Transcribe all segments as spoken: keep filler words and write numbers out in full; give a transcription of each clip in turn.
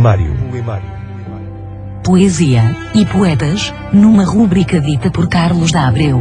Poemário. Poesia e poetas, numa rúbrica dita por Carlos de Abreu.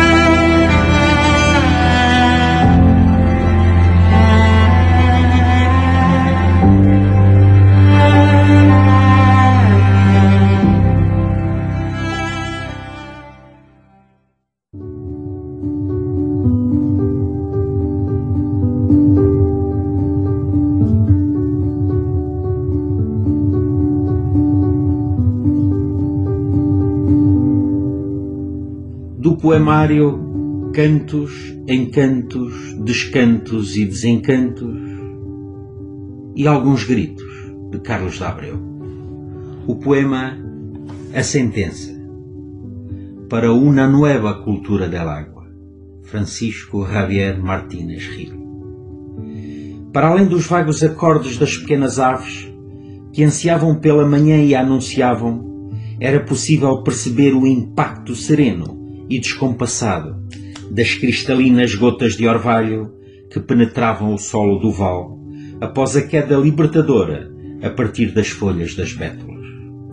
Do poemário Cantos, Encantos, Descantos e Desencantos e alguns gritos, de Carlos de Abreu. O poema A Sentença, para una nueva cultura del agua, Francisco Javier Martínez Gil. Para além dos vagos acordes das pequenas aves que ansiavam pela manhã e a anunciavam, era possível perceber o impacto sereno e descompassado das cristalinas gotas de orvalho que penetravam o solo do val após a queda libertadora a partir das folhas das bétulas.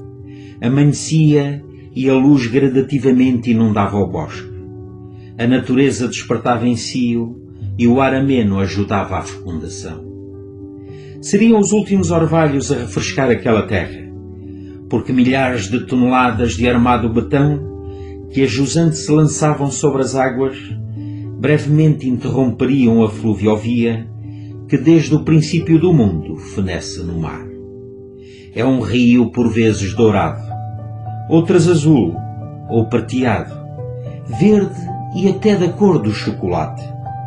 Amanhecia e a luz gradativamente inundava o bosque. A natureza despertava em cio e o ar ameno ajudava à fecundação. Seriam os últimos orvalhos a refrescar aquela terra, porque milhares de toneladas de armado betão que a jusante se lançavam sobre as águas, brevemente interromperiam a fluviovia que desde o princípio do mundo fenece no mar. É um rio por vezes dourado, outras azul ou prateado, verde e até da cor do chocolate,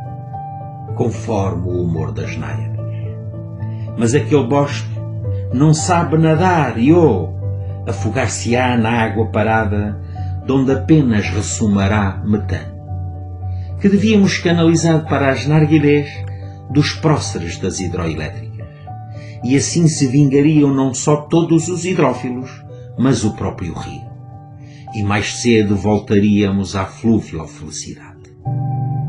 conforme o humor das náiaras. Mas aquele bosque não sabe nadar e, oh, afogar-se-á na água parada, donde apenas ressumará metano, que devíamos canalizar para as narguilés dos próceres das hidroelétricas, e assim se vingariam não só todos os hidrófilos, mas o próprio rio, e mais cedo voltaríamos à fluviofelicidade.